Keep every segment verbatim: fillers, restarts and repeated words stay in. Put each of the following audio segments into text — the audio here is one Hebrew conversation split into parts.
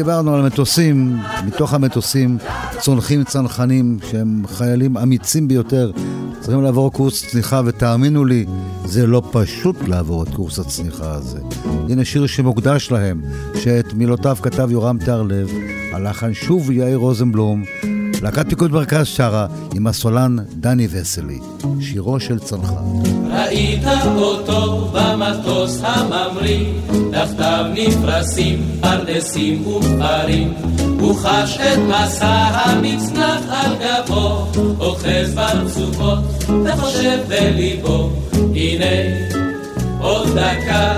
דיברנו על המטוסים, מתוך המטוסים צונחים צנחנים שהם חיילים אמיצים ביותר, צריכים לעבור קורס צניחה, ותאמינו לי, זה לא פשוט לעבור את קורס הצניחה הזה. הנה שיר שמוקדש להם, שאת מילותיו כתב יורם תיארלב, הלחן שוב יאיר רוזנבלום, להקת פיקוד מרכז שרה עם הסולן דני וסלי, שירו של צנחן. ראית אותו במטוס הממריא, תחתיו נפרסים פרדסים ופרים, הוא חש את מסע המצנח על גבו, אוחז ברצופות וחושב בליבו, הנה עוד דקה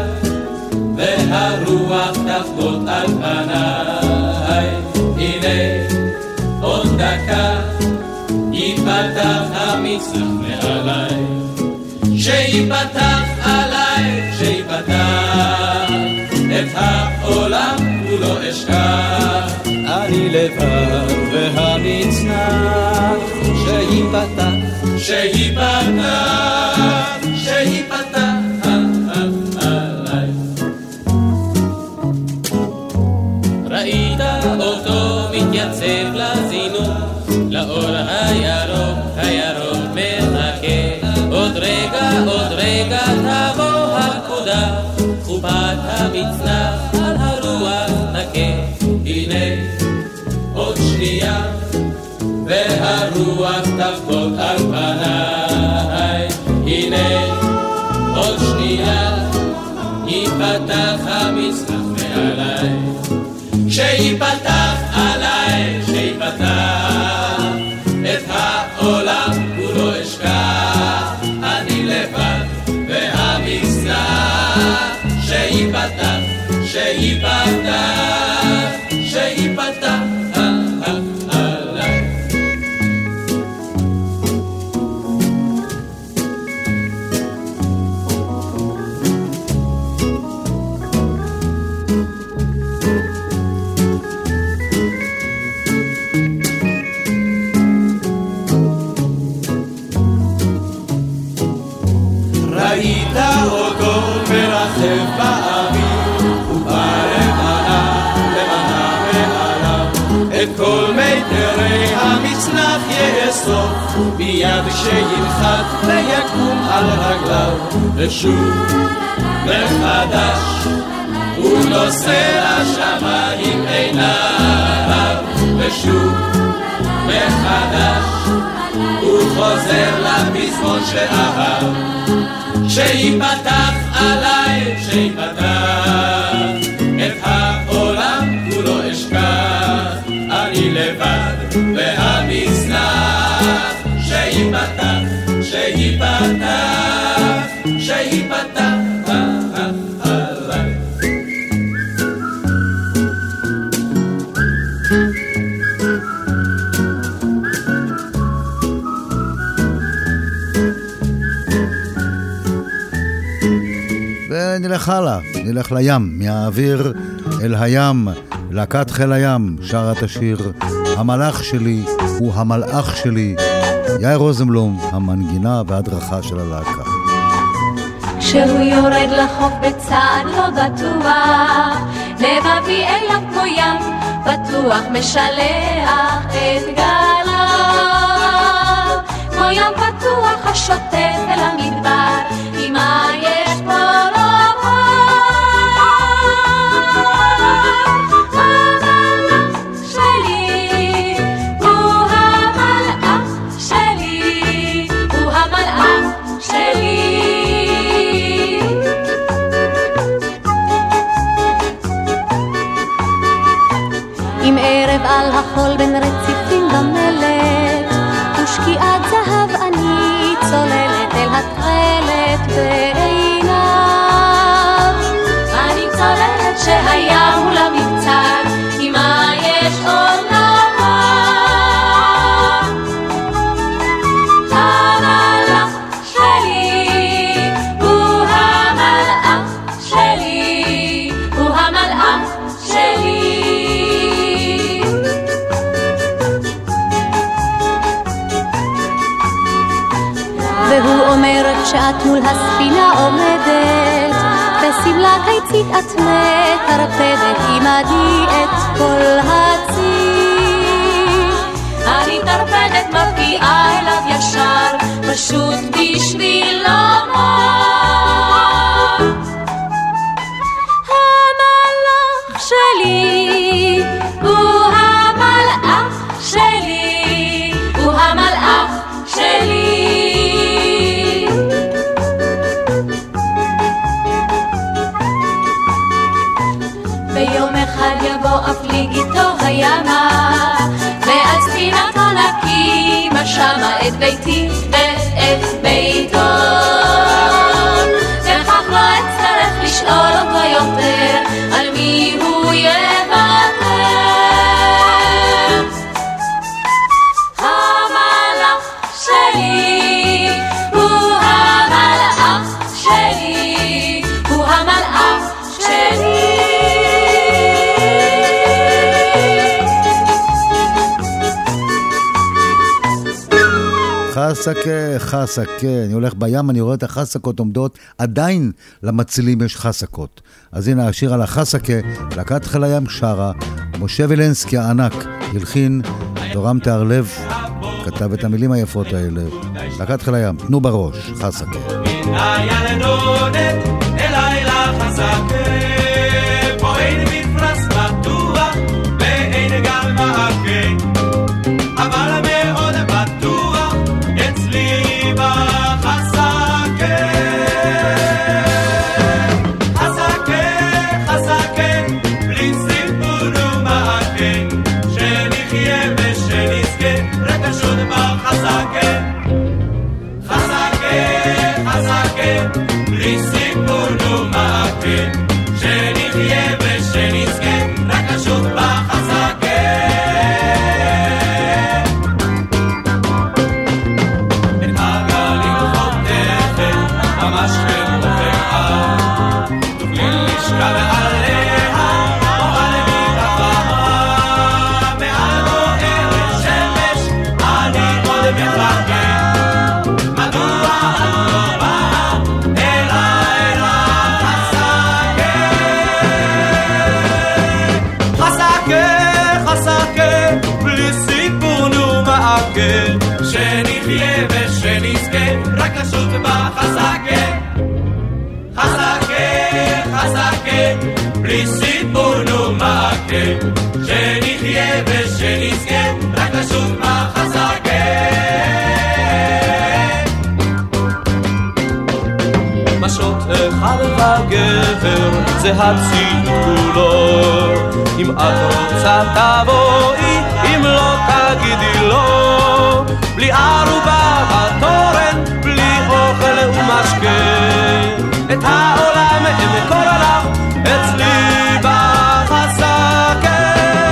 והרוח תחבוט על פניי, הנה עוד דקה ייפתח המצנח מעליי, שיפתח עליי, שיפתח את העולם כולו אשכח, אני לבד והמצנח, שיפתח, שיפתח, שיפתח עליי. ראית אותו מתייצב לזינוק, לאור הירוק, הירוק מחכה, עוד רגע, עוד רגע תבוא הפקודה, חופת המצנח על הרוח נקה, הנה עוד שנייה והרוח תחבוט על פניי, הנה עוד שנייה ייפתח המצנח מעליי, שיפתח עליי, שיפתח את העולם כולו אשכח, אני לבד והמצנח, שיפתח, שיפתח, שיפתח עליי. ראית אותו מרחב באוויר, ובלמעלה, למעלה מעליו, את כל מיתרי המצנח יאסוף, מיד כשינחת ויקום על רגליו, ושוב מחדש הוא נושא לשמיים עיניו, ושוב מחדש הוא חוזר לפזמון שאהב, שיפתח עליי, שיפתח את העולם כולו אשכח, אני לבד והמצנח, שיפתח, שיפתח, שיפתח עליי. ונלך הלאה, נלך לים, מהאוויר אל הים, להקת חיל הים, שר את השיר המלאך שלי הוא המלאך שלי, יאיר רוזנבלום, המנגינה וההדרכה של הלהקה. כשהוא יורד לחוף בצעד לא בטוח, לבבי אליו כמו ים, בטוח משלח את גליו, כמו ים פתוח השוטט אל המדבר, עם מה יש פה לא על החול בין רציפים במלט, ושקיעת זהב אני צוללת אל התכלת בעיניו, אני צוללת שהים הוא למבצר, כי מה יש עוד לומר, המלאך שלי הוא המלאך שלי, הוא המלאך שלי. והוא אומר כשאת מול הספינה עומדת, בשמלה קיצית את מטרפדת עמדי את כל הציר. אני טרפדת מפגיעה אליו ישר, פשוט בשביל לומר המלאך שלי הוא המלאך שלי, הוא המלאך שלי. ביום אחד יבוא אפליג איתו הימה, ועל ספינת ענקים שמה את ביתי ואת ביתו, וכך לא אצטרך לשאול אותו יותר על מי הוא יוותר. המלאך שלי הוא המלאך שלי, הוא המלאך שלי. חסקה, חסקה, אני הולך בים, אני רואה את החסקות עומדות, עדיין למצילים יש חסקות. אז הנה השיר על החסקה, להקת חיל הים שרה, משה וילנסקי הענק, הלחין, דורם תיארלב, כתב את המילים היפות האלה. להקת חיל הים, תנו בראש, חסקה. אבל מאוד בטוח אצלי בחסקה, חסקה, חסקה, בלי סיפור ומעקה, שנחיה ושנזכה, רק פשוט בחסקה, חסקה, חסקה, בלי סיפור ומעקה, שנחיה ושנזכה, רק פשוט בחסקה. שנחיה ושנזכה, רק לשוט בחסקה, חסקה, חסקה, בלי סיפור ומעקה, שנחיה ושנזכה, רק לשוט בחסקה. משות אחד וגבר זה הציל כולו, אם את רוצה תבואי, אם לא תגידי לא, בלי ערובה בתורן, בלי אוכל ומשקה, את העולם אמכור לך אצלי בחסקה,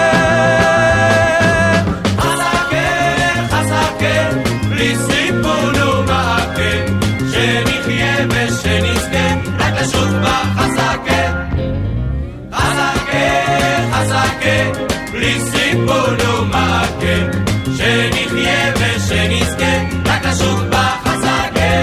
חסקה, חסקה, בלי סיפור ומעקה, שנחיה ושנזכה, רק לשוט בחסקה, חסקה, חסקה, בלי סיפור ומעקה, שנחיה ושנזכה, רק לשוט בחסקה.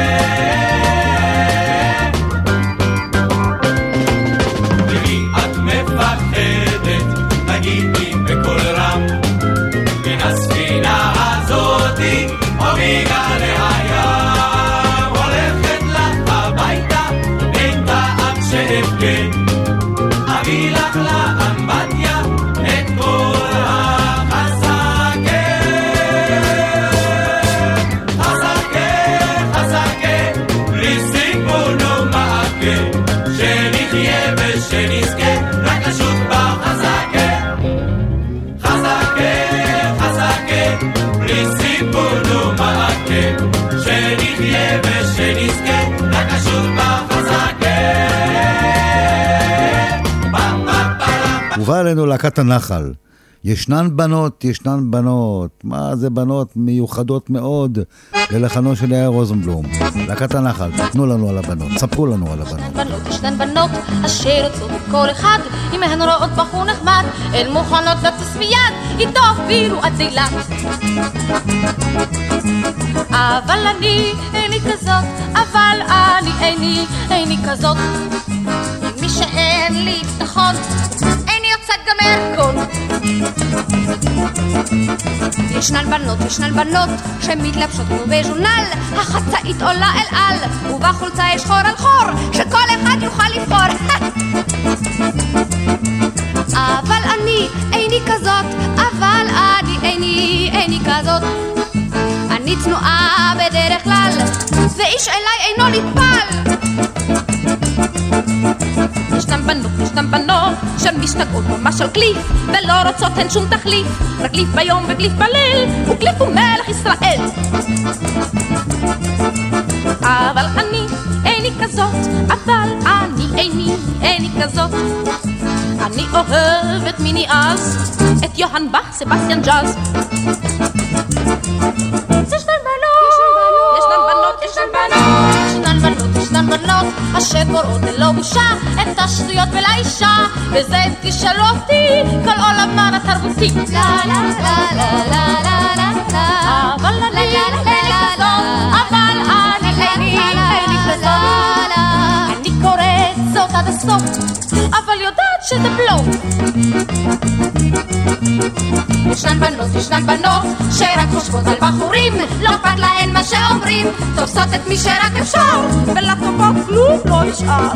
למי את מפחדת? תגידי בקול רם, בין הספינה הזאתי או מגלי הים, הולכת לך הביתה, אין טעם שאבכה, אביא לך לאמבטיה את כל שנזכה, רק לשוט בחסקה, חסקה, חסקה, בלי סיפור ומעקה, שנחיה ושנזכה, רק לשוט בחסקה. ובא אלינו להקת הנחל. ישנן בנות, ישנן בנות, מה זה בנות מיוחדות מאוד ללחנו של יאיר רוזנבלום. להקת הנחל, תנו לנו על הבנות, ספרו לנו על הבנות. בנות, ישנן בנות אשר יוצאות כל אחד, אם הן רואות בחור נחמד, הן מוכנות לטוס מיד, איתו אפילו עד אילת. אבל אני איני כזאת, אבל אני איני, איני כזאת. אין לי ביטחון, איני יוצאת גם ארקון. ישנן בנות, ישנן בנות שמתלבשות כמו בז'ונל, החצאית עולה אל על ובחולצה יש חור על חור שכל אחד יוכל לבחור. אבל אני איני כזאת, אבל אני איני איני כזאת. אני צנועה בדרך כלל ואיש אליי אינו נטפל. ישנם בנות, ישנם בנות שמשתגעות ממש על קליף ולא רוצות הן שום תחליף, רק קליף ביום וקליף בליל, וקליף הוא מלך ישראל. אבל אני איני כזאת, אבל אני איני איני כזאת. אני אוהבת מיני אז את יוהן באך, סבסטיאן ג'אז. ישנן בנות, ישנן בנות, ישנן בנות, ישנן בנות, ישנן בנות אשר קוראות ללא בושה את השטויות ולאישה, וזה תשאלו אותי כל עולמן התרבותי. לה לה לה לה לה לה לה לה, אבל אני איני כזאת, אבל אני איני איני כזאת. אני קוראת זאת עד הסוף, אבל יודעת שזה בלוף. ישנן בנות, ישנן בנות שרק חושבות על בחורים, לא אכפת להן מה שאומרים, תופסות את מי שרק אפשר ולטובות כלום לא נשאר.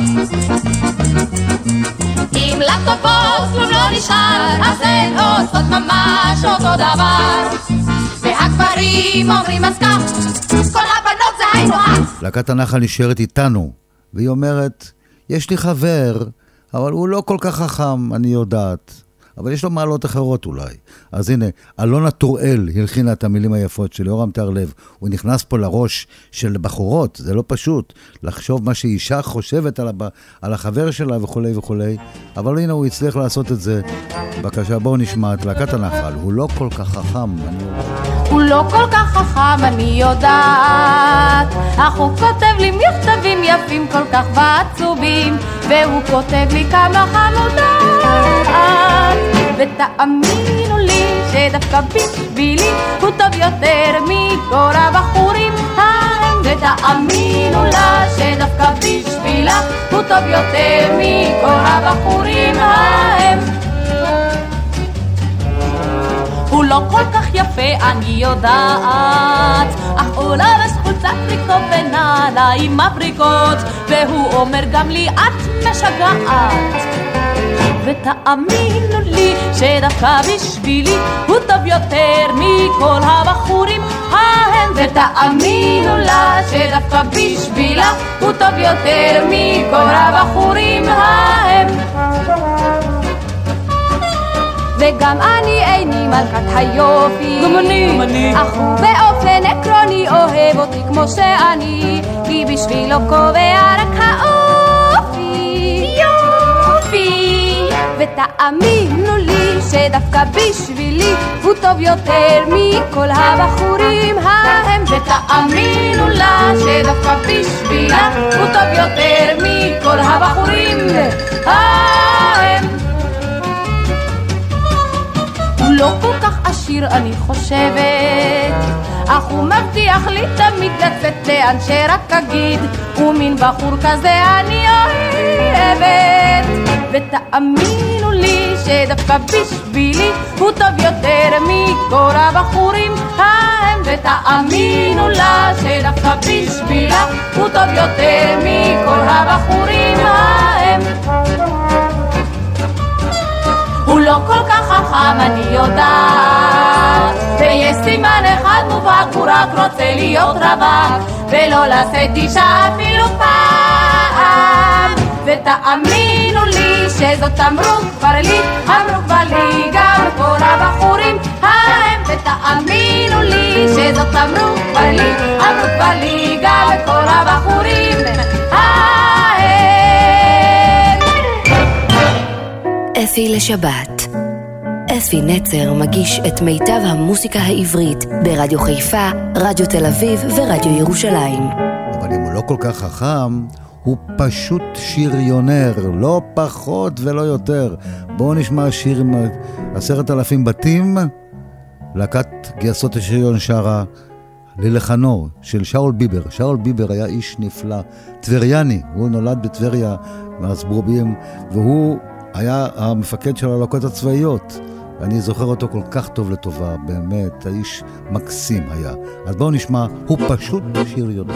אם לטובות כלום לא נשאר אז הן עושות ממש אותו דבר, והגברים אומרים אז כך, כל הבנות זה היינו הך. להקת הנחל נשארת איתנו והיא אומרת, יש לי חבר אבל הוא לא כל כך חכם, אני יודעת, אבל יש לו מעלות אחרות אולי. אז הנה, אלונה טוראל הלחינה את המילים היפות של יורם תיארלב. הוא נכנס פה לראש של בחורות, זה לא פשוט לחשוב מה שאישה חושבת על, הב... על החבר שלה וכו' וכו'. אבל הנה הוא הצליח לעשות את זה. בבקשה, בואו נשמע את להקת הנחל. הוא לא כל כך חכם, אני יודעת. הוא לא כל כך חכם, אני יודעת, אך הוא כותב לי מכתבים יפים כל כך ועצובים, והוא כותב לי כמה חמודות, ותאמינו לי שדווקא בשבילי הוא טוב יותר מכל הבחורים ההם, ותאמינו לה שדווקא בשבילה הוא טוב יותר מכל הבחורים ההם. הוא לא כל כך יפה, אני יודעת, אך הוא לבש חולצת טריקו ונעליים מבריקות, והוא אומר גם לי את משגעת, ותאמינו לי שדווקא בשבילי הוא טוב יותר מכל הבחורים ההם, ותאמינו לה שדווקא בשבילה הוא טוב יותר מכל הבחורים ההם. וגם אני איני מלכת היופי, גם אני, גם אני. אך הוא באופן עקרוני אוהב אותי כמו שאני, כי בשבילו קובע רק האופי, יופי. ותאמינו לי שדווקא בשבילי הוא טוב יותר מכל הבחורים ההם, ותאמינו לה שדווקא בשבילה הוא טוב יותר מכל הבחורים ההם. הוא לא כל כך עשיר אני חושבת, אך הוא מבטיח לי תמיד לצאת לאן שרק אגיד, ומין בחור כזה אני אוהבת. ותאמינו לי שדווקא בשבילי הוא טוב יותר מכל הבחורים ההם, ותאמינו לה שדווקא בשבילה הוא טוב יותר מכל הבחורים ההם. הוא לא כל כך חכם אני יודעת, ויש סימן אחד מובהק, הוא רק רוצה להיות רווק ולא לשאת אישה אפילו פעם. ותאמינו לי שזאת אמרו כבר לי, אמרו כבר לי גם כל הבחורים ההם, ותאמינו לי שזאת אמרו כבר לי, אמרו כבר לי גם כל הבחורים ההם. אפי לשבת. אפי נצר מגיש את מיטב המוסיקה העברית ברדיו חיפה, רדיו תל אביב ורדיו ירושלים. אבל אם הוא לא כל כך חכם, הוא פשוט שריונר, לא פחות ולא יותר. בואו נשמע שיר עם עשרת אלפים בתים. להקת גייסות השריון שרה ללחנו של שאול ביבר. שאול ביבר היה איש נפלא, טבריאני, הוא נולד בטבריה מהסבורבים, והוא היה המפקד של הלהקות הצבאיות. אני זוכר אותו כל כך טוב לטובה, באמת, האיש מקסים היה. אז בואו נשמע, הוא פשוט שיר יודע.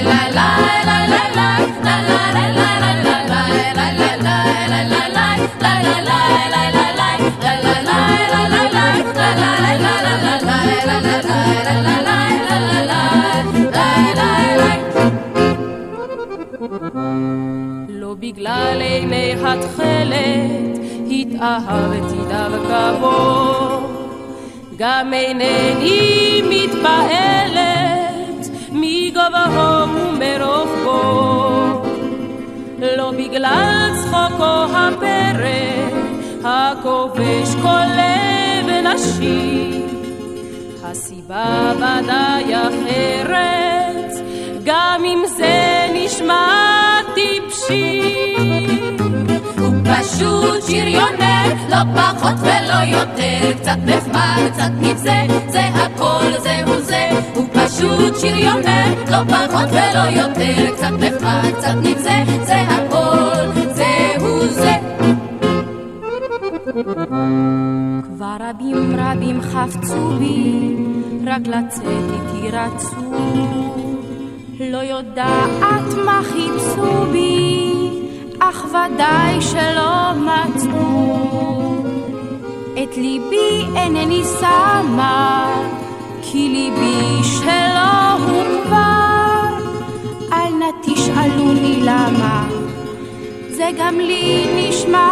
לא בגלל עיני התחלת התאהבתי דווקא בו, גם אינני מתפעלת מגובהו ומרוחבו, לא בגלל צחוקו הפרא הכובש כל לב נשי, הסיבה ודאי אחרת, גם אם זה נשמע טיפשי. הוא פשוט שריונר, לא פחות ולא יותר, קצת נחמד, קצת נבזה, זה הכל, זהו זה. הוא פשוט שריונר, לא פחות ולא יותר, קצת נחמד, קצת נבזה, זה הכל, זהו זה. כבר רבים רבים חפצו בי, רק לצאת איתי רצו, לא יודעת מה חיפשו בי, אך ודאי שלא מצאו. את ליבי אינני שמה, כי ליבי שלא הוא כבר, אל נא תשאלוני למה, זה גם לי נשמע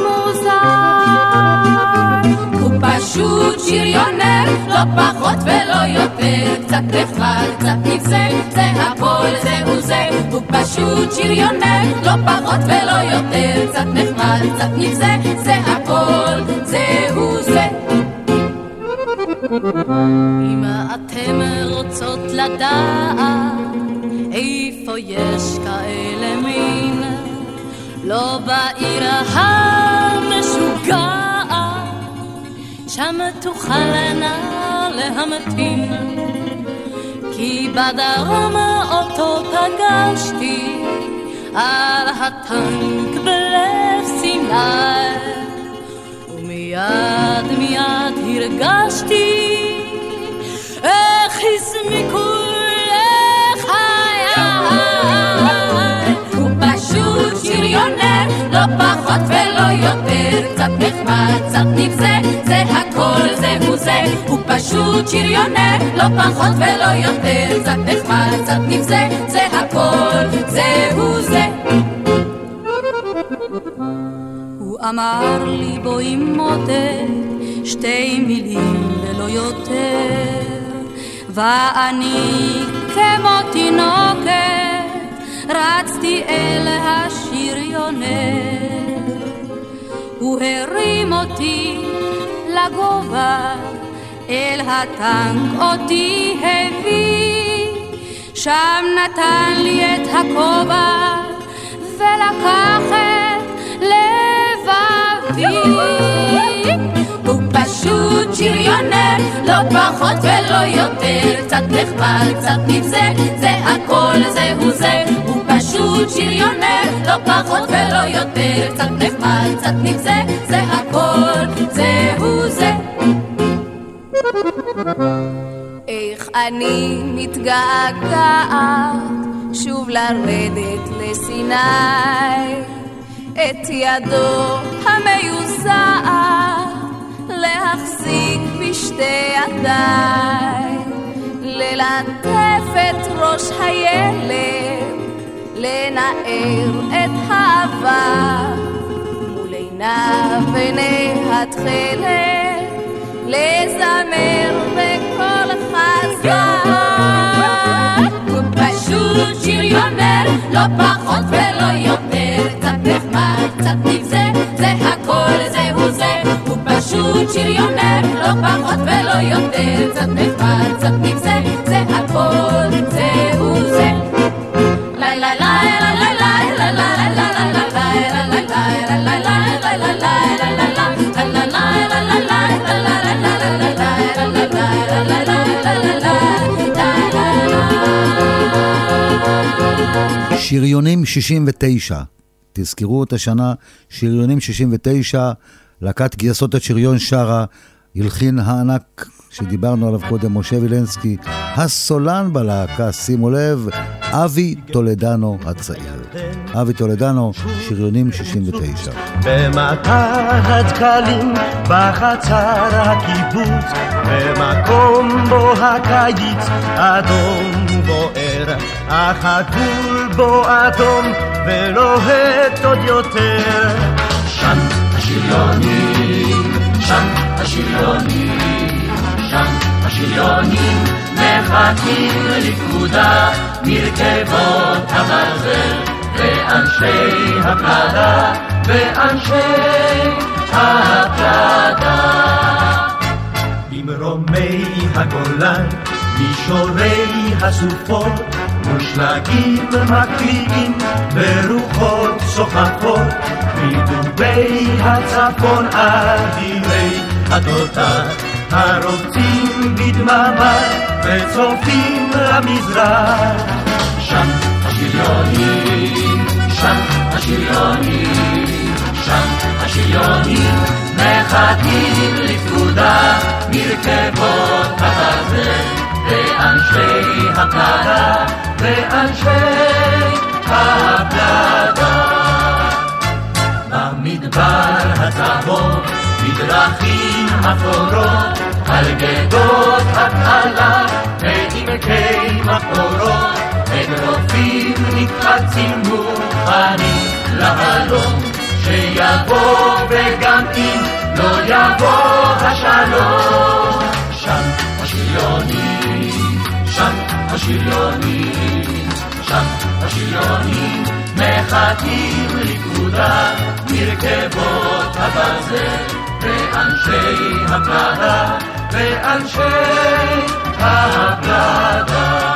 מוזר. הוא פשוט שריונר, לא פחות ולא יותר, קצת נחמד, קצת נבזה, זה הכל, זהו זה. הוא פשוט שריונר, לא פחות ולא יותר, קצת נחמד, קצת נבזה, זה הכל, זהו זה. אם אתם רוצות לדעת איפה יש כאלה מין, לא בעיר המשוגעת, שם תוכלנה להמתין, כי בדרום אותו פגשתי על הטנק בלב סיני, ומיד מיד הרגשתי איך הסמיקו לחיי. הוא פשוט שריונר, לא פחות ולא יותר, קצת נחמד, קצת נבזה, זה הכל, זהו זה. הוא פשוט שריונר, לא פחות ולא יותר, קצת נחמד, קצת נבזה, זה הכל, זהו זה. הוא אמר לי בואי מודה, שתי מילים ולא יותר, ואני כמו תינוקת רצתי אל השריונר. הוא הרים אותי לגובה, אל הטנק אותי הביא, שם נתן לי את הכובע ולקח את לבבי. הוא פשוט שריונר, לא פחות ולא יותר, קצת נחמד, קצת נבזה, זה הכל, זהו זה. הוא פשוט שריונר, לא פחות ולא יותר, קצת נחמד, קצת נבזה, זה הכל, זהו זה. איך אני מתגעגעת שוב לרדת לסיני, את ידו המיוזעת להחזיק בשתי ידיים, ללטף את ראש הילד, לנער את העבר מול עיניו עיני התכלת, לזמר בכל חזק. הוא פשוט שריונר, לא פחות ולא יותר, קצת נחמד, קצת נבזה, זה הכל, זהו זה. הוא פשוט שריונר, לא פחות ולא יותר, קצת נחמד, קצת נבזה, זה הכל, זהו זה. ליי ליי ליי ליי ליי ליי ליי ליי ליי ליי ליי שריונים שישים ותשע, תזכרו את השנה, שריונים שישים ותשע, להקת גייסות השריון שרה, הלחין הענק שדיברנו עליו קודם, משה וילנסקי, הסולן בלהקה, שימו לב, אבי טולדנו הצעיר. אבי טולדנו, שריונים שישים ותשע. במטר הדקלים בחצר הקיבוץ, במקום בו הקיץ אדום בוער, אך הגבול בו אדום ולוהט עוד יותר. שם השריונים, שם השריונים, שם השריונים מחכים לפקודה מרכבות הברזל ואנשי הפלדה ואנשי הפלדה. במרומי הגולן, מישורי הסופות, מושלגים מקליעים ורוחות סוחפות, מדובי הצפון אדירי התותח, הרוצים בדממה וצופים למזרח. שם השריונים, שם השריונים, שם השריונים מחכים לפקודה מרכבות הברזל ואנשי הפלדה ואנשי הפלדה. במדבר הצהוב, בדרכים אפורות, על גדות התעלה ועמקי מחורות, אגרופים נקפצים מוכנים להלום, שיבוא וגם אם לא יבוא השלום. שם השריונים, שם השריונים, שם השריונים מחכים לפקודה מרכבות הברזל ואנשי הפלדה ואנשי הפלדה.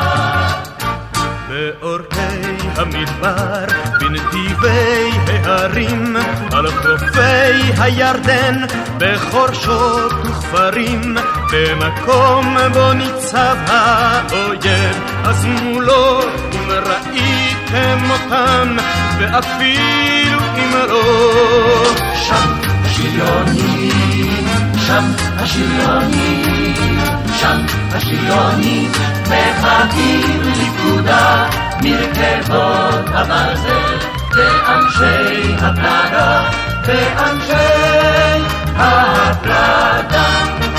באורכי המדבר, בנתיבי הערים, על חופי הירדן, בחורשות וכפרים, במקום בו ניצב האויב, אז מולו אם ראיתם אותם, ואפילו אם לא. שם השריונים, שם השריונים, שם השריונים מחכים לפקודה מרכבות הברזל ואנשי הפלדה ואנשי הפלדה.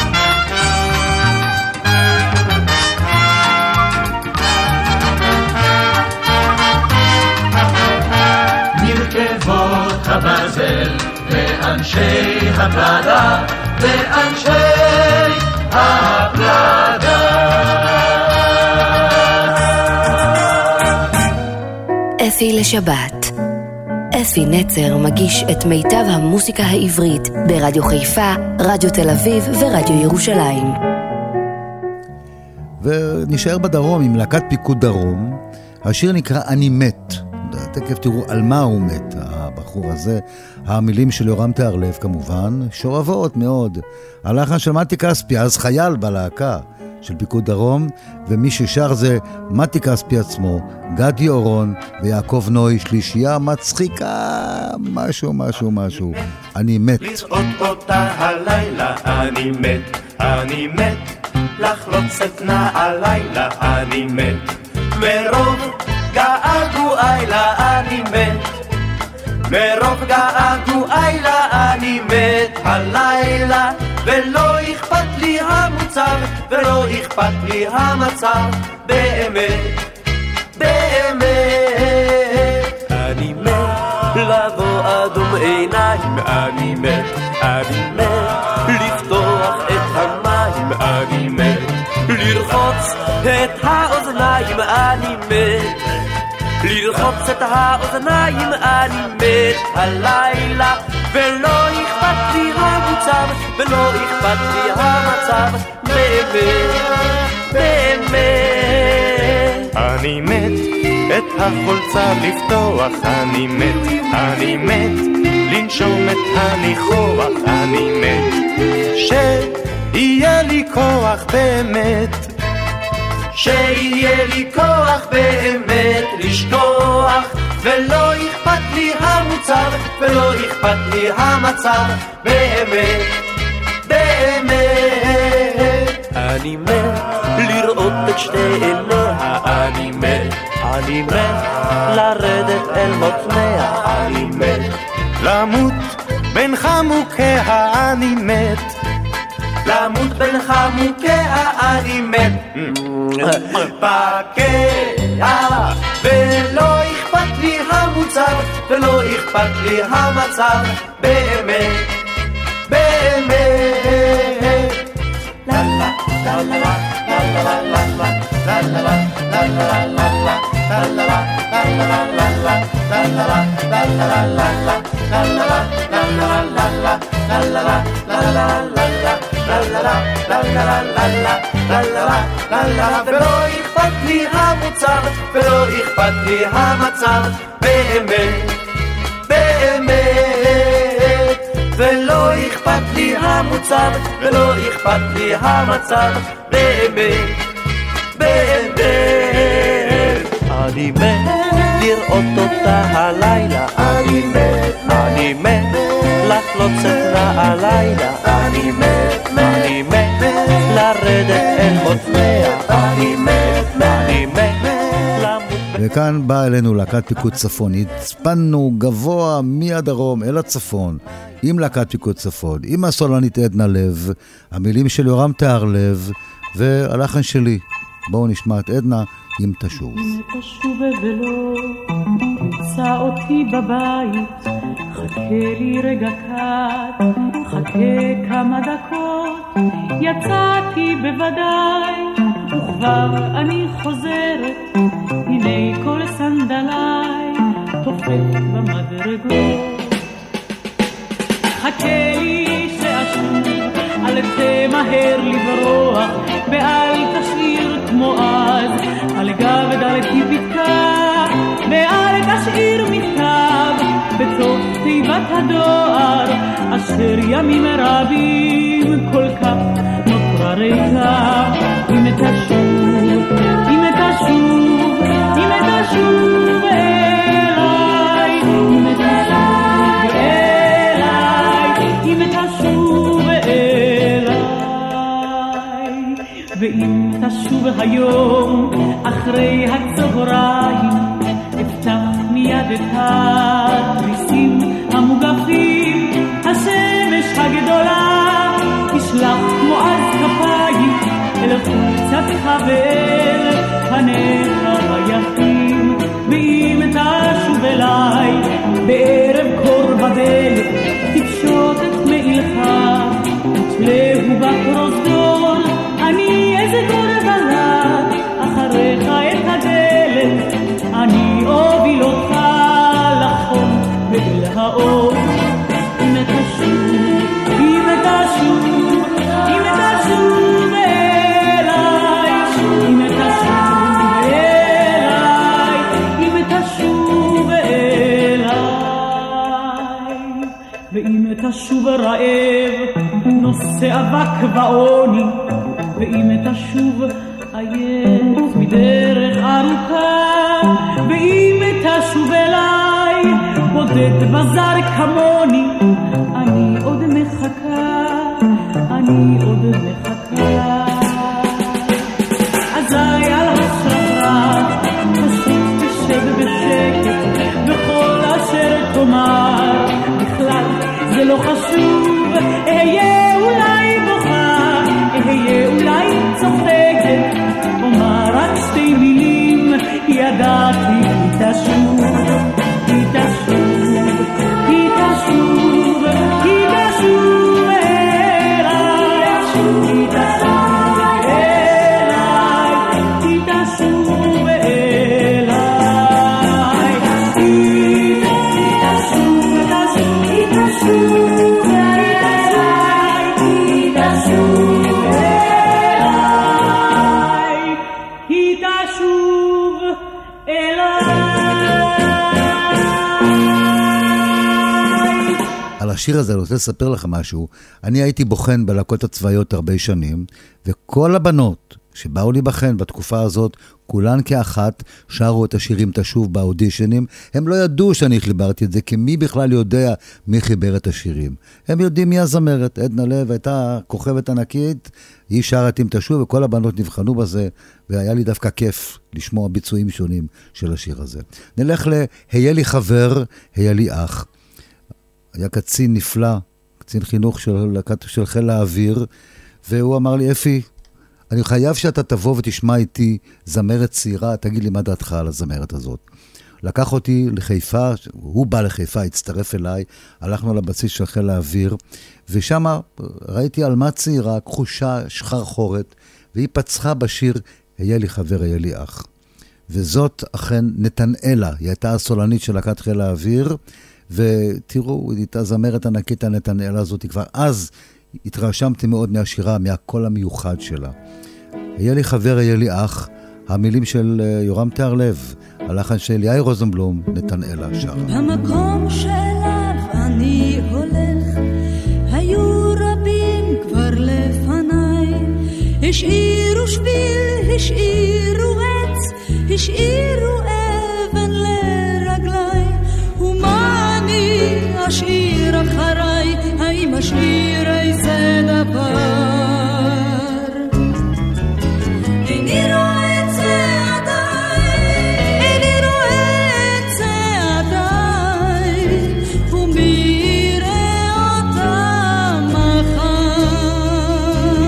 מרכבות הברזל ואנשי הפלדה ואנשי הפלדה. אפי לשבת. אפי נצר מגיש את מיטב המוסיקה העברית ברדיו חיפה, רדיו תל אביב ורדיו ירושלים. ונשאר בדרום עם להקת פיקוד דרום. השיר נקרא אני מת. תכף תראו על מה הוא מת, הבחור הזה. המילים של יורם תיארלב כמובן, שואבות מאוד. הלחן של מתי כספי, אז חייל בלהקה של פיקוד דרום, ומי ששר זה מתי כספי עצמו, גדי אורון ויעקב נוי, שלישייה מצחיקה, משהו משהו משהו. אני מת. לראות אותה הלילה, אני מת, אני מת, לחלוץ את נעלילה, אני מת, מרוב געגועי לה אני מת, מרוב געגועי לה אני מת הלילה, ולא אכפת לי המוצר ולא אכפת לי המצב, באמת, באמת. אני מת לבוא אדום עיניים, אני מת, אני מת לפתוח את המים, אני מת לרחוץ את האוזניים, אני מת לרחוץ את האוזניים, אני מת הלילה, ולא אכפת לי המוצר ולא אכפת לי המצב, באמת, באמת. אני מת את החולצה לפתוח, אני מת, אני מת לנשום את הניחוח, אני מת שיהיה לי כוח באמת, שיהיה לי כוח באמת לשמור ולא אכפת לי המוצר, ולא אכפת לי המצב, באמת, באמת. אני מת לראות את שתי עיניה, אני מת, אני מת לרדת אל מותניה, אני מת למות בין חמוקיה, אני מת, למות בין חמוקיה, אני מת. פקע ולא אכפת לי המוצר, ולא אכפת לי המצב, באמת, באמת. לה לה לה לה לה לה לה לה לה לה לה ולא אכפת לי המוצר, ולא אכפת לי המצב, באמת, באמת. ולא אכפת לי המוצר, ולא אכפת לי המצב, באמת, באמת. אני מת לראות אותה הלילה, אני מת, אני מת לחלוץ את נעלילה, אני מת, אני מת לרדת אל מותניה, אני מת, אני מת למות. וכאן באה אלינו להקת פיקוד צפון. הצפנו גבוה מהדרום אל הצפון עם להקת פיקוד צפון, עם הסולנית עדנה לב, המילים של יורם תיארלב והלחן שלי. בואו נשמע את עדנה אם תשוב. אם תשוב ולא תמצא אותי בבית, חכה לי רגע קט, חכה כמה דקות, יצאתי בוודאי וכבר אני חוזרת, הנה כל סנדלי תופק במדרגות. חכה לי שאשוב, אל תמהר לברוח ואל תשאיר כמו אז על גב דלתי פתקה, ואל תשאיר מכתב בסוף תיבת הדואר אשר ימים רבים כל כך נותרה ריקה. אם תשוב, אם תשוב, אם תשוב אליי, אם תשוב אליי, אם תשוב אליי. ואם תשוב היום אחרי הצהריים, אפתח מיד את התריסים המוגפים, השמש הגדולה תשלח כמו אז כפיים אל חולצתך ואל פניך היפים. ואם תשוב אליי בערב קור בדלת, תפשוט את מעילך ותלהו בפרוזדור, אני אסגור בלט אחריך את הדלת, אני אוביל אותך לחום ואל האור. אם תשוב, אם תשוב, אם תשוב אליי, אם תשוב אליי, אם תשוב אליי. ואם תשוב רעב נושא אבק ועוני, ואם תשוב עייף מדרך ארוכה, ואם תשוב אליי בודד בזר כמוני, אני עוד מחכה, אני עוד מחכה. אזי על השררה פשוט תשב בשקט, וכל אשר תאמר בכלל זה לא חשוב. אהיה אולי בוכה, אהיה אולי צוחקת, אומר רק שתי מילים, ידעתי היא תשוב, היא תשוב, היא תשוב, היא תשוב אליי, היא תשוב אליי, היא תשוב אליי, היא תשוב, היא תשוב אליי, היא תשוב אליי, היא תשוב אליי. על השיר הזה אני רוצה לספר לך משהו. אני הייתי בוחן בלהקות הצבאיות הרבה שנים, וכל הבנות שבאו להיבחן בתקופה הזאת, כולן כאחת שרו את השירים תשוב באודישנים. הם לא ידעו שאני חיברתי את זה, כי מי בכלל יודע מי חיבר את השירים. הם יודעים מי הזמרת. עדנה לב הייתה כוכבת ענקית, היא שרת עם תשוב, וכל הבנות נבחנו בזה, והיה לי דווקא כיף לשמוע ביצועים שונים של השיר הזה. נלך להיה לי חבר, היה לי אח. היה קצין נפלא, קצין חינוך של, של חיל האוויר, והוא אמר לי, אפי, אני חייב שאתה תבוא ותשמע איתי זמרת צעירה, תגיד לי מה דעתך על הזמרת הזאת. לקח אותי לחיפה, הוא בא לחיפה, הצטרף אליי, הלכנו לבסיס של חיל האוויר, ושם ראיתי אלמה צעירה, כחושה, שחרחורת, והיא פצחה בשיר, היה לי חבר, היה לי אח. וזאת אכן נתנאלה, היא הייתה הסולנית של להקת חיל האוויר, ותראו, היא הייתה זמרת ענקית הנתנאלה הזאת, כבר אז התרשמתי מאוד מהשירה, מהקול המיוחד שלה. היה לי חבר, היה לי אח, המילים של יורם תיארלב, הלחן של יאיר רוזנבלום, נתנאלה שרה. במקום שאליו אני הולך, היו רבים כבר לפניי, השאירו שביל, השאירו עץ, השאירו אבן לרגליי, ומה אני אשאיר אחריי, האם אשאיר איזה דבר? איני רואה את צעדיי, איני רואה את צעדיי, ומי יראה אותם מחר?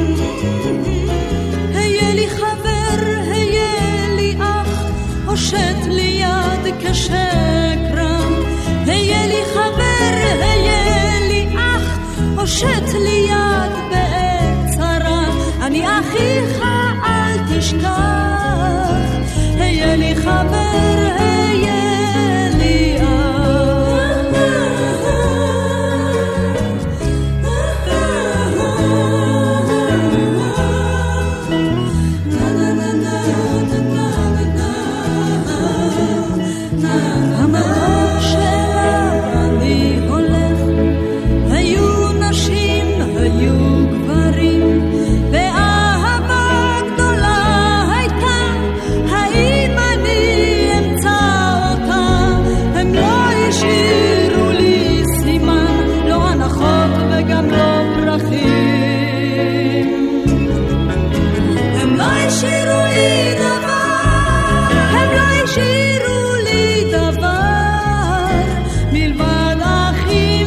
היה לי חבר, היה לי אח, הושט לי יד כשקרם, היה לי חבר, היה לי אח, הושט לי יד בעת צרה, אני אחיך אל תשכח, היה לי חבר, היה לי המקום שאליו אני הולך, היו נשים, היו גברים, ואהבה גדולה הייתה, האם אני אמצא אותה? הם לא השאירו לי סימן, לא הנחות וגם לא פרחים, הם לא השאירו לי דבר, הם לא השאירו לי דבר, מלבד אחים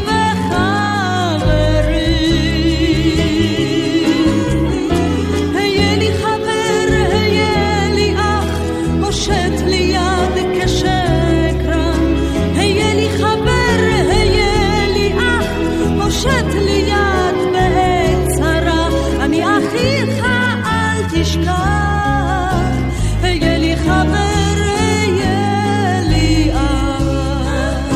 וחברים. היה לי חבר, היה לי אח, הושט לי יד כשקרם, היה לי חבר, היה לי אח, הושט לי יד בעת צרה, אני אחיך אל תשכח, היה לי חבר, היה לי אח.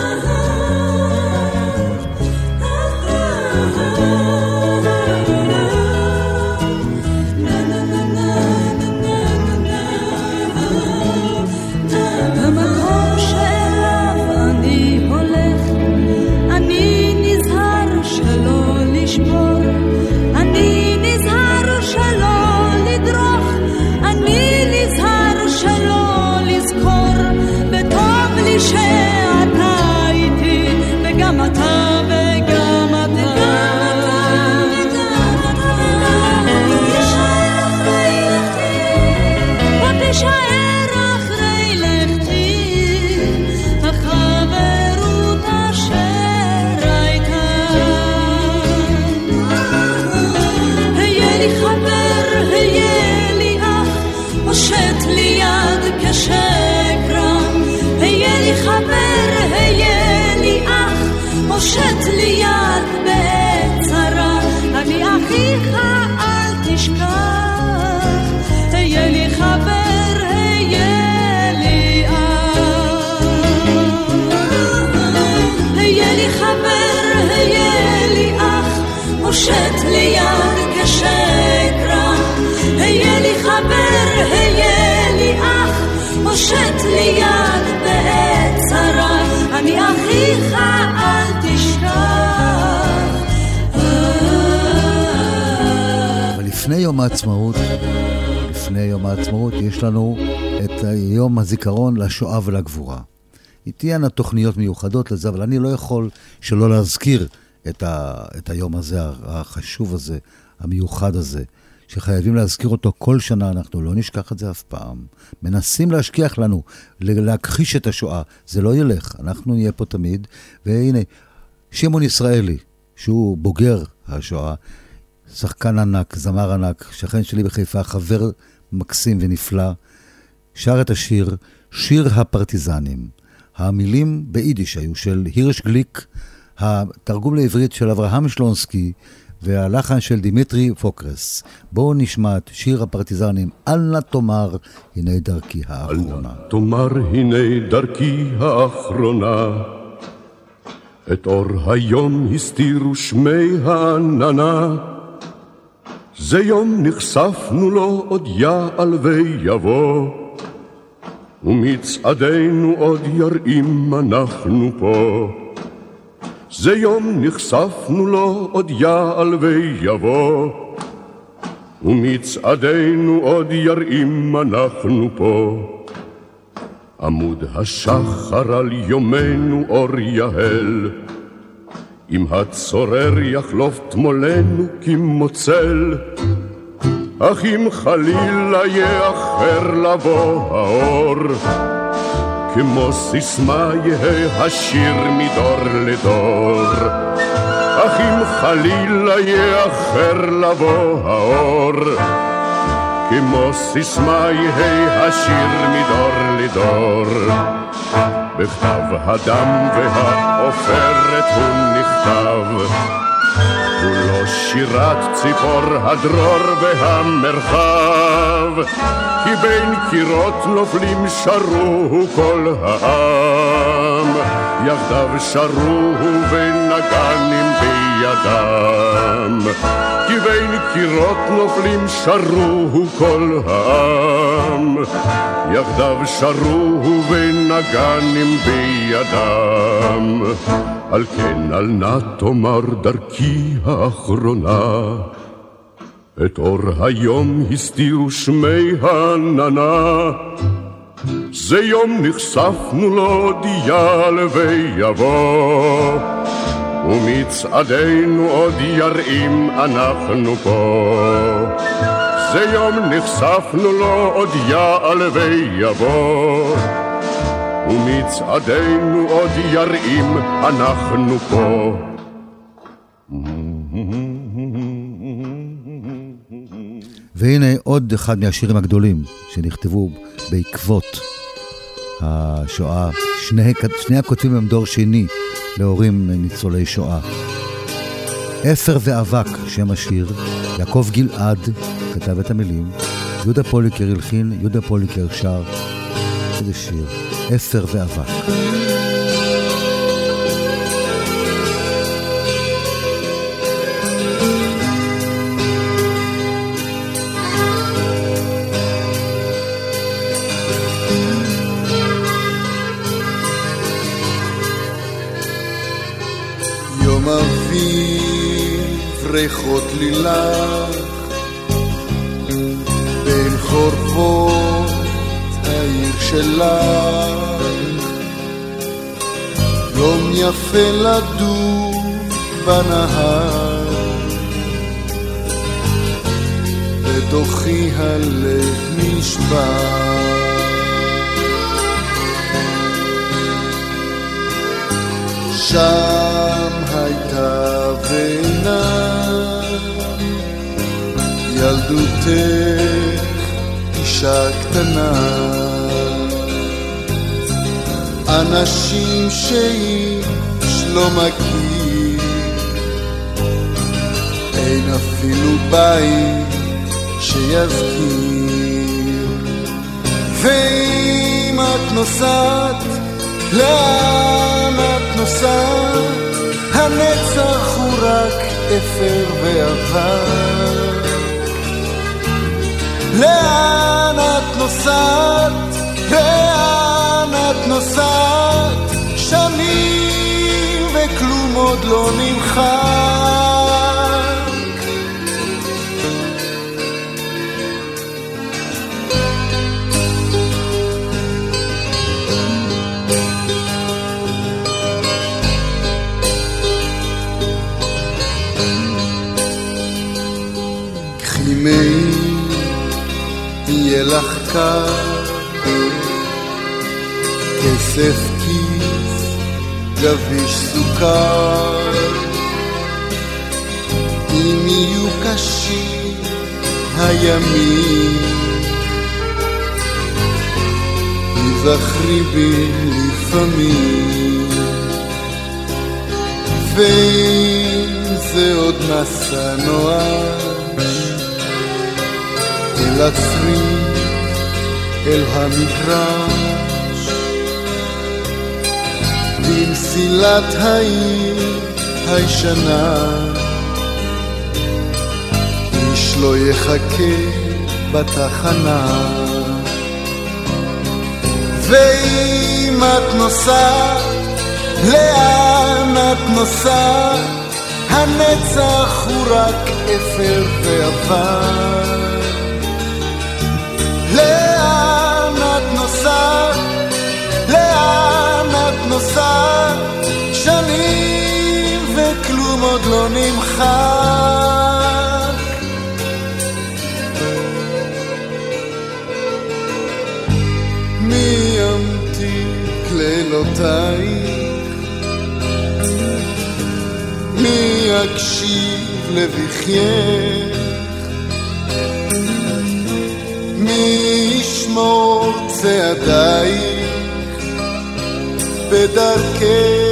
במקום שאליו אני הולך, אני נזהר שלא לשבור, אני נזהר שלא לדרוך, אני נזהר שלא לזכור, וטוב לי שאתה איתי, וגם אתה וגם אתה, ותישאר אחרי לכתי, החברות אשר הייתה. היה לי חבר, היה לי אח, הושט לי יד כשקרם, היה לי חבר, היה לי אח, הושט לי יד בעת צרה, אני אחיך אל תשכח, היה לי חבר, היה לי אח, היה לי חבר, היה לי אח, הושט לי יד כשקרם, היה לי חבר, היה לי אח, הושט לי יד בעת צרה, אני אחיך אל תשכח. אבל לפני יום העצמאות, לפני יום העצמאות, יש לנו את יום הזיכרון לשואה ולגבורה. תהיינה תוכניות מיוחדות לזה, אבל אני לא יכול שלא להזכיר את, ה, את היום הזה, החשוב הזה, המיוחד הזה, שחייבים להזכיר אותו כל שנה, אנחנו לא נשכח את זה אף פעם. מנסים להשכיח לנו, להכחיש את השואה, זה לא ילך, אנחנו נהיה פה תמיד, והנה, שמעון ישראלי, שהוא בוגר השואה, שחקן ענק, זמר ענק, שכן שלי בחיפה, חבר מקסים ונפלא, שר את השיר, שיר הפרטיזנים. המילים ביידיש היו של הירש גליק, התרגום לעברית של אברהם שלונסקי, והלחן של דימיטרי פוקרס. בואו נשמע את שיר הפרטיזנים, אל נא תאמר, הנה דרכי האחרונה. אל נא תאמר, הנה דרכי האחרונה, את אור היום הסתירו שמי העננה, זה יום נחשפנו לו עוד יעל ויבוא, ומצעדנו עוד יראים אנחנו פה. זה יום נחשפנו לו עוד יעל ויבוא, ומצעדנו עוד יראים אנחנו פה. עמוד השחר על יומנו אור יהל, אם הצורר יחלוף תמולנו כמוצל, אך אם חלילה יאחר לבוא האור, כמו סיסמה יהיה השיר מדור לדור. אך אם חלילה יאחר לבוא האור, כמו סיסמה יהיה השיר מדור לדור. בכתב הדם והעופרת הוא נכתב, הוא לא שירת ציפור הדרור והמרחב, כי בין קירות נופלים שרו כל העם, יחדיו שרו ונגנים בידם. כי בין קירות נופלים שרו כל העם, יחדיו שרו ונגנים בידם. על כן אל נא תאמר דרכי האחרונה, את אור היום הסתירו שמי העננה, זה יום נחשפנו לו דיאל ויבוא, ומצעדנו עוד יראים אנחנו פה. זה יום נחשפנו לו עוד יעל ויבוא, ומצעדנו עוד יראים אנחנו פה. והנה עוד אחד מהשירים הגדולים שנכתבו בעקבות השואה. שני, שני הכותבים הם דור שני להורים ניצולי שואה. אפר ואבק, שם השיר, יעקב גלעד כתב את המילים, יהודה פוליקר הלחין, יהודה פוליקר שר. איזה שיר, אפר ואבק. יום אביב ריחות לילך בין חורבות העיר שלך, יום יפה לדור בנהר, בתוכי הלב נשבר. שם הייתה בינה ילדותך, אישה קטנה, אנשים שאיש לא מכיר, אין אפילו בית שיזכיר. ואם את נוסעת, לאן את נוסעת? הנצח הוא רק אפר ועבר. לאן את נוסעת? לאן את נוסעת? שנים וכלום עוד לא נמחק. יקר, כסף כיס, גביש סוכר, אם יהיו קשים הימים, תזכרי בי לפעמים, ואם זה עוד מסע נואש, אל הצריף, אל המגרש, במסילת העיר הישנה, איש לא יחכה בתחנה. ואם את נוסעת, לאן את נוסעת? הנצח הוא רק אפר ועבר. לאן את נוסעת? לאן את נוסעת? שנים וכלום עוד לא נמחק. מי ימתיק לילותייך? מי יקשיב לבכייך? מי ישמור צעדייך בדרכך?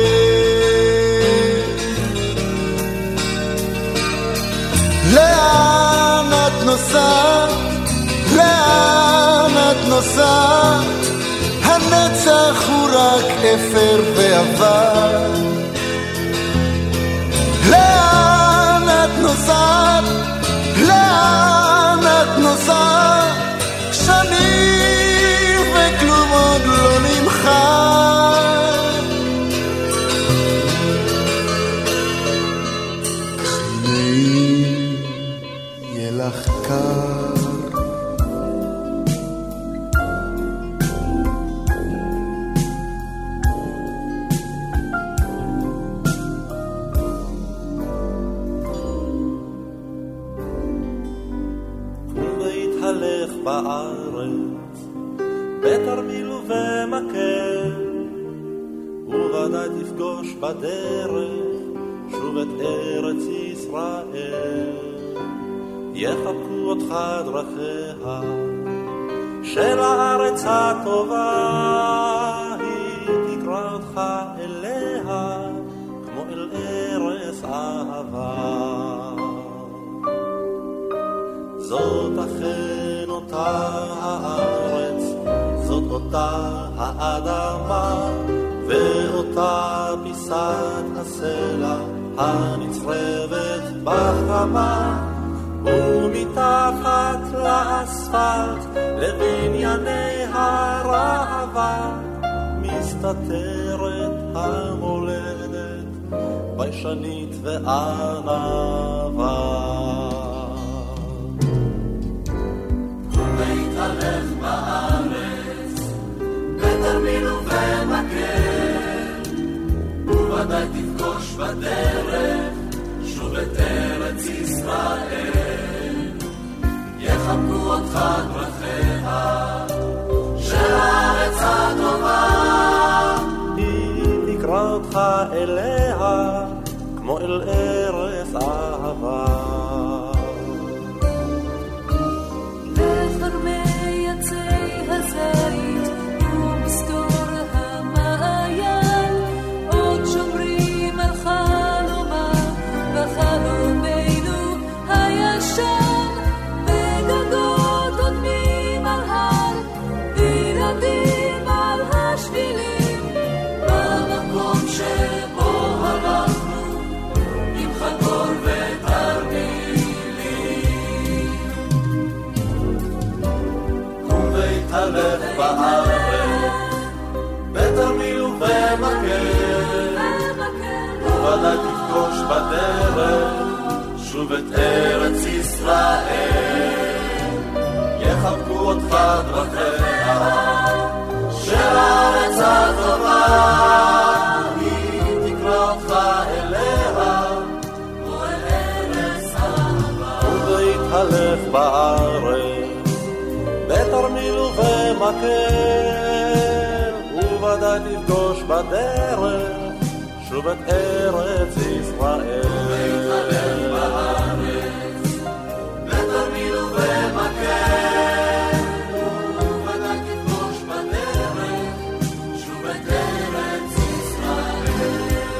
לאן את נוסעת? לאן את נוסעת? הנצח הוא רק אפר ועבר. לאן את נוסעת? לאן את נוסעת? שנים וכלום עוד לא נמחק. קחי יהיה לך קר, בארץ, בתרמיל ובמקל, וודאי תפגוש בדרך שוב את ארץ ישראל. יחבקו אותך דרכיה של הארץ הטובה, היא תקרא אותך אליה כמו אל ארץ אהבה. זאת אכן אותה הארץ, זאת אותה האדמה, ואותה פיסת הסלע הנצרבת בחמה, ומתחת לאספלט לבנייני הרעבה מסתתרת המולדת ביישנית וענבה. להתהלך בארץ, בתרמיל ובמקל, וודאי תפגוש בדרך שוב את ארץ ישראל. יחבקו אותך דרכיה של הארץ הטובה, היא תקרא אותך אליה כמו אל ארץ אהבה. הזית ומסתור המעיין עוד שומרים על חלומה וחלומנו הישן, בגגות עודמים על הר, ילדים על השבילים, במקום שבו הלכנו עם חגור ותרמילים. הלך בארץ, בתרמיל ובמקל, וודאי תפגוש בדרך שוב את ארץ ישראל. יחבקו אותך דרכיה של הארץ הטובה, היא תקרא אותך אליה כמו אל ארץ אהבה. ובהתהלך בארץ, בתרמיל ובמקל, ודאי תפגוש בדרך שוב את ארץ ישראל. ונתחבר בארץ, בתרמיל ובמקל, ודאי תפגוש בדרך שוב את ארץ ישראל.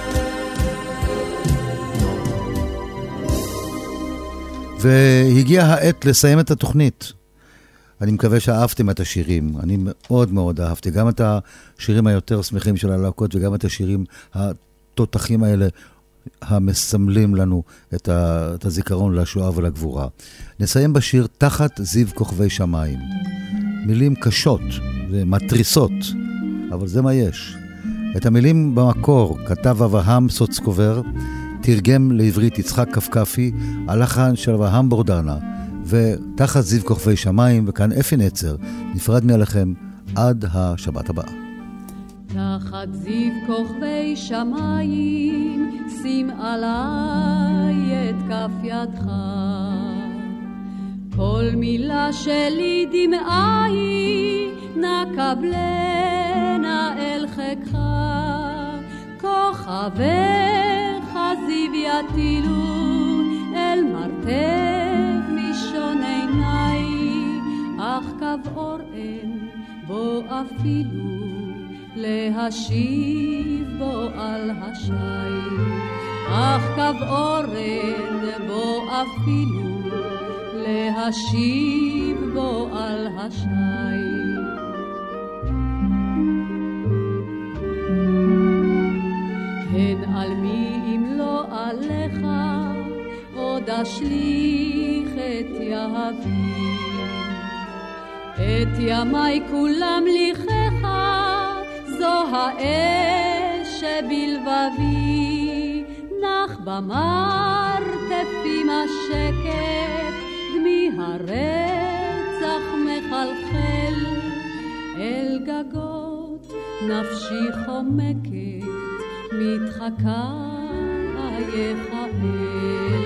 והגיעה העת לסיים את התוכנית. אני מקווה שאהבתם את השירים, אני מאוד מאוד אהבתי, גם את השירים היותר שמחים של הלהקות, וגם את השירים התותחים האלה, המסמלים לנו את, ה, את הזיכרון לשואה ולגבורה. נסיים בשיר תחת זיו כוכבי שמיים. מילים קשות ומטריסות, אבל זה מה יש. את המילים במקור כתב אברהם סוצקובר, תרגם לעברית יצחק קפקפי, הלחן של אברהם בורדנה, ותחת זיו כוכבי שמיים, וכאן אפי נצר, נפרד מעליכם עד השבת הבאה. תחת זיו כוכבי שמיים, שים עליי את כף ידך, כל מילה שלי דמעי, נא קבלנה אל חיקך, כוכביך זיו יטילו, אל מרתף לישון עיניי, אך קו אור אין בו אפילו, להשיב בו על השי, אך קו אור אין בו אפילו, להשיב בו על השי. הן על מי אם לא עליך, עוד אשליך את יהבי, את ימי כולם ליחך, זו האש שבלבבי, נח במרתפים השקט, דמי הרצח מחלחל, אל גגות נפשי חומקת, מתחקה יחל.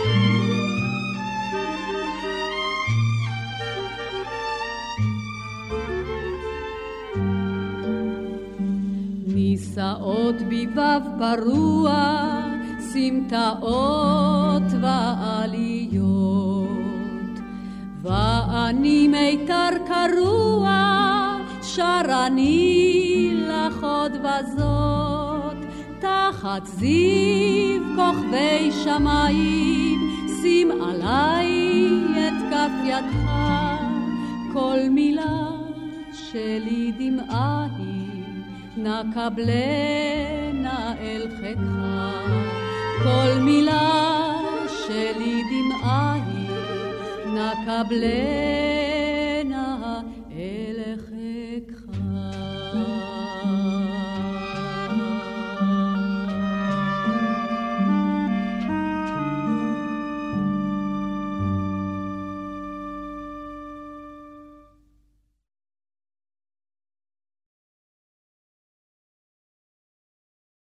נישאות ביבב פרוע, סמטאות ועליות, ואני מיתר קרוע, שרני לך עוד בזאת, תחת זיו כוכבי שמיים, שים עליי את כף ידך, כל מילה שלי דמעה היא, נא קבלנה אל חיקך, כל מילה שלי דמעה היא, נא קבלנה אל